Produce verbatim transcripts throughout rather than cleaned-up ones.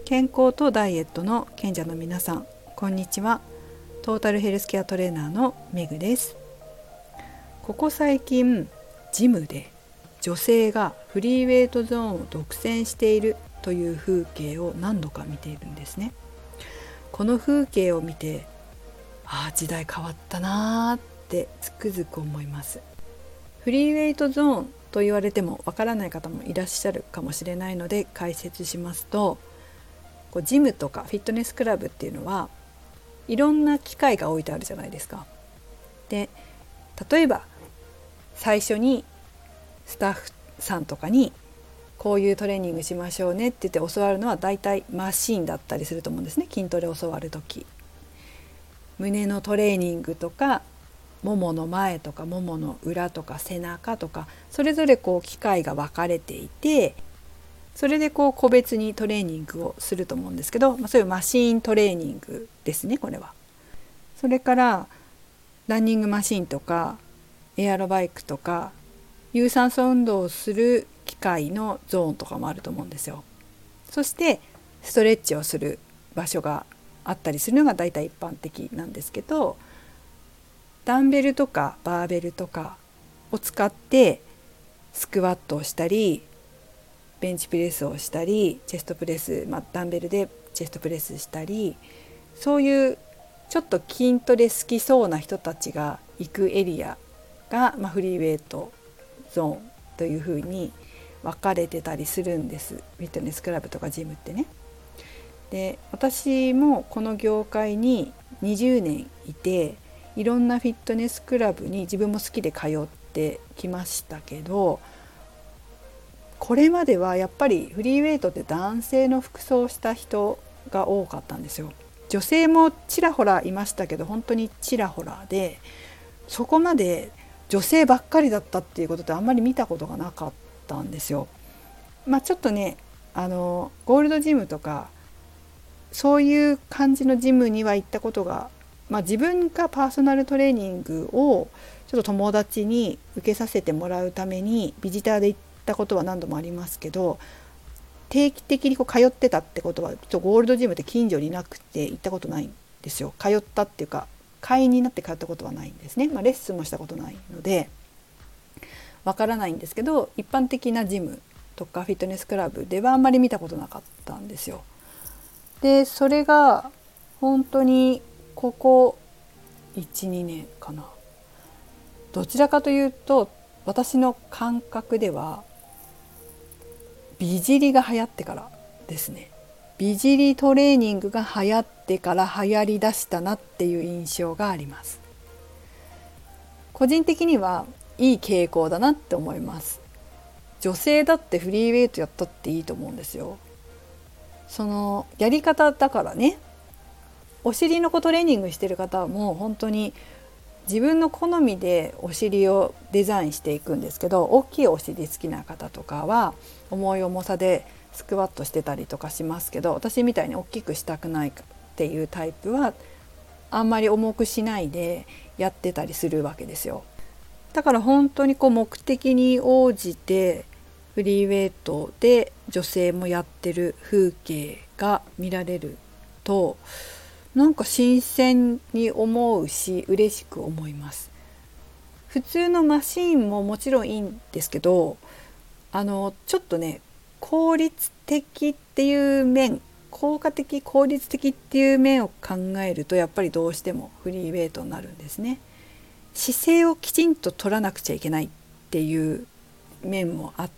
健康とダイエットの賢者の皆さん、こんにちは。トータルヘルスケアトレーナーのメグです。ここ最近ジムで女性がフリーウェイトゾーンを独占しているという風景を何度か見ているんですね。この風景を見て、ああ時代変わったなーってつくづく思います。フリーウェイトゾーンと言われてもわからない方もいらっしゃるかもしれないので解説しますと、こうジムとかフィットネスクラブっていうのはいろんな機械が置いてあるじゃないですか。で、例えば最初にスタッフさんとかにこういうトレーニングしましょうねって言って教わるのはだいたいマシーンだったりすると思うんですね。筋トレを教わるとき、胸のトレーニングとかももの前とかももの裏とか背中とか、それぞれこう機械が分かれていて、それでこう個別にトレーニングをすると思うんですけど、まあ、そういうマシーントレーニングですね、これは。それからランニングマシーンとかエアロバイクとか有酸素運動をする機械のゾーンとかもあると思うんですよ。そしてストレッチをする場所があったりするのが大体一般的なんですけど、ダンベルとかバーベルとかを使ってスクワットをしたり、ベンチプレスをしたり、チェストプレス、まあ、ダンベルでチェストプレスしたり、そういうちょっと筋トレ好きそうな人たちが行くエリアが、まあ、フリーウェイトゾーンというふうに分かれてたりするんです。フィットネスクラブとかジムってね。で、私もこの業界ににじゅうねんいて、いろんなフィットネスクラブに自分も好きで通ってきましたけど、これまではやっぱりフリーウェイトって男性の服装をした人が多かったんですよ。女性もちらほらいましたけど、本当にちらほらで、そこまで女性ばっかりだったっていうことってあんまり見たことがなかったんですよ。まあちょっとね、あのゴールドジムとかそういう感じのジムには行ったことが、まあ、自分がパーソナルトレーニングをちょっと友達に受けさせてもらうためにビジターで行ったことは何度もありますけど、定期的にこう通ってたってことは、ちょっとゴールドジムって近所になくて行ったことないんですよ。通ったっていうか会員になって通ったことはないんですね。まあ、レッスンもしたことないのでわからないんですけど、一般的なジムとかフィットネスクラブではあんまり見たことなかったんですよ。で、それが本当にここ いちにねんかな。どちらかというと私の感覚では美尻が流行ってからですね。美尻トレーニングが流行ってから流行りだしたなっていう印象があります。個人的にはいい傾向だなって思います。女性だってフリーウェイトやったっていいと思うんですよ。そのやり方だからね。お尻のトレーニングしてる方はもう本当に自分の好みでお尻をデザインしていくんですけど、大きいお尻好きな方とかは重い重さでスクワットしてたりとかしますけど、私みたいに大きくしたくないっていうタイプはあんまり重くしないでやってたりするわけですよ。だから本当にこう目的に応じてフリーウェイトで女性もやってる風景が見られると、なんか新鮮に思うし嬉しく思います。普通のマシーンももちろんいいんですけど、あのちょっとね、効率的っていう面、効果的効率的っていう面を考えると、やっぱりどうしてもフリーウェイトになるんですね。姿勢をきちんと取らなくちゃいけないっていう面もあって、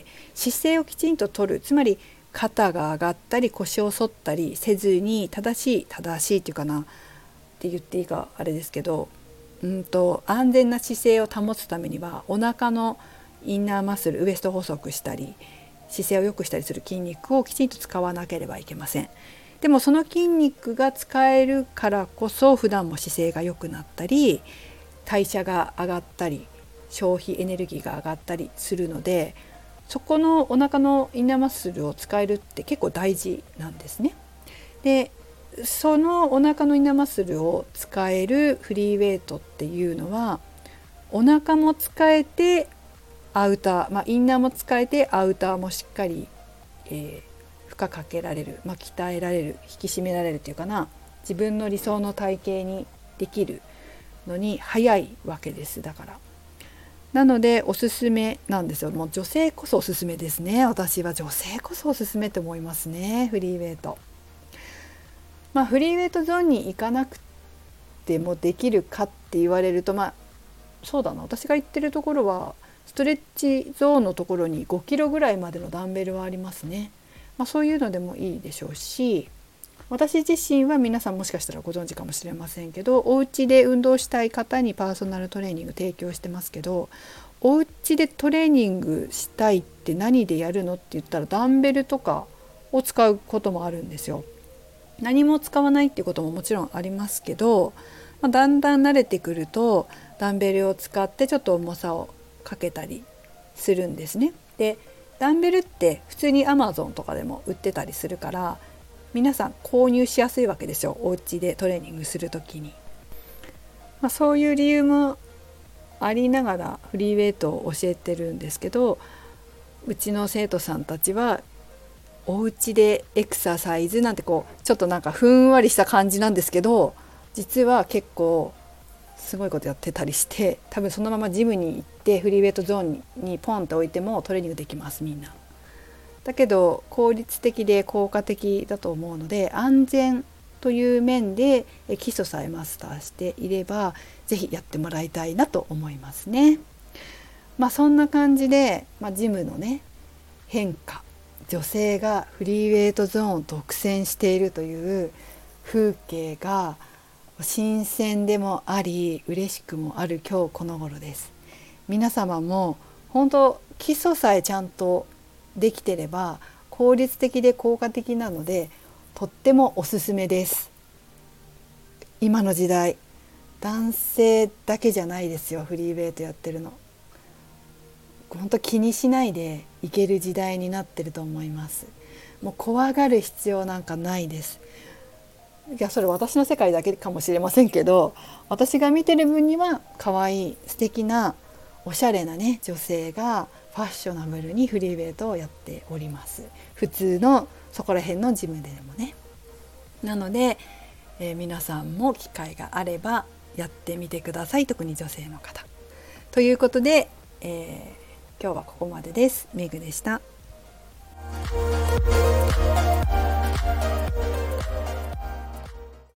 姿勢をきちんと取る、つまり肩が上がったり腰を反ったりせずに、正しい正しいっていうかなって言っていいかあれですけど、うんと安全な姿勢を保つためにはお腹のインナーマッスル、ウエスト細くしたり姿勢を良くしたりする筋肉をきちんと使わなければいけません。でもその筋肉が使えるからこそ普段も姿勢が良くなったり、代謝が上がったり消費エネルギーが上がったりするので、そこのお腹のインナーマッスルを使えるって結構大事なんですね。で、そのお腹のインナーマッスルを使えるフリーウェイトっていうのは、お腹も使えてアウター、まあ、インナーも使えてアウターもしっかり、えー、 荷かけられる、まあ、鍛えられる、引き締められるっていうかな、自分の理想の体型にできるのに早いわけです。だからなのでおすすめなんですよ。もう女性こそおすすめですね。私は女性こそおすすめって思いますね、フリーウェイト。まあフリーウェイトゾーンに行かなくてもできるかって言われると、まあそうだな、私が行ってるところはストレッチゾーンのところにごキロぐらいまでのダンベルはありますね。まあ、そういうのでもいいでしょうし、私自身は皆さんもしかしたらご存知かもしれませんけど、お家で運動したい方にパーソナルトレーニング提供してますけど、お家でトレーニングしたいって何でやるのって言ったらダンベルとかを使うこともあるんですよ。何も使わないっていうことももちろんありますけど、まあ、だんだん慣れてくるとダンベルを使ってちょっと重さをかけたりするんですね。でダンベルって普通に アマゾン とかでも売ってたりするから皆さん購入しやすいわけですよ、お家でトレーニングするときに。まあ、そういう理由もありながらフリーウェイトを教えてるんですけど、うちの生徒さんたちはお家でエクササイズなんてこうちょっとなんかふんわりした感じなんですけど、実は結構すごいことやってたりして、多分そのままジムに行ってフリーウェイトゾーンにポンって置いてもトレーニングできます、みんな。だけど効率的で効果的だと思うので、安全という面で基礎さえマスターしていればぜひやってもらいたいなと思いますね。まあそんな感じで、まあ、ジムのね変化、女性がフリーウェイトゾーンを独占しているという風景が新鮮でもあり嬉しくもある今日この頃です。皆様も本当基礎さえちゃんとできてれば効率的で効果的なのでとってもおすすめです。今の時代男性だけじゃないですよ、フリーウェイトやってるの。本当気にしないでいける時代になってると思います。もう怖がる必要なんかないです。いやそれ私の世界だけかもしれませんけど、私が見てる分には可愛い素敵なおしゃれなね女性がファッショナブルにフリーウェイトをやっております。普通のそこら辺のジムでもね。なので、えー、皆さんも機会があればやってみてください、特に女性の方。ということで、えー、今日はここまでです。メグでした。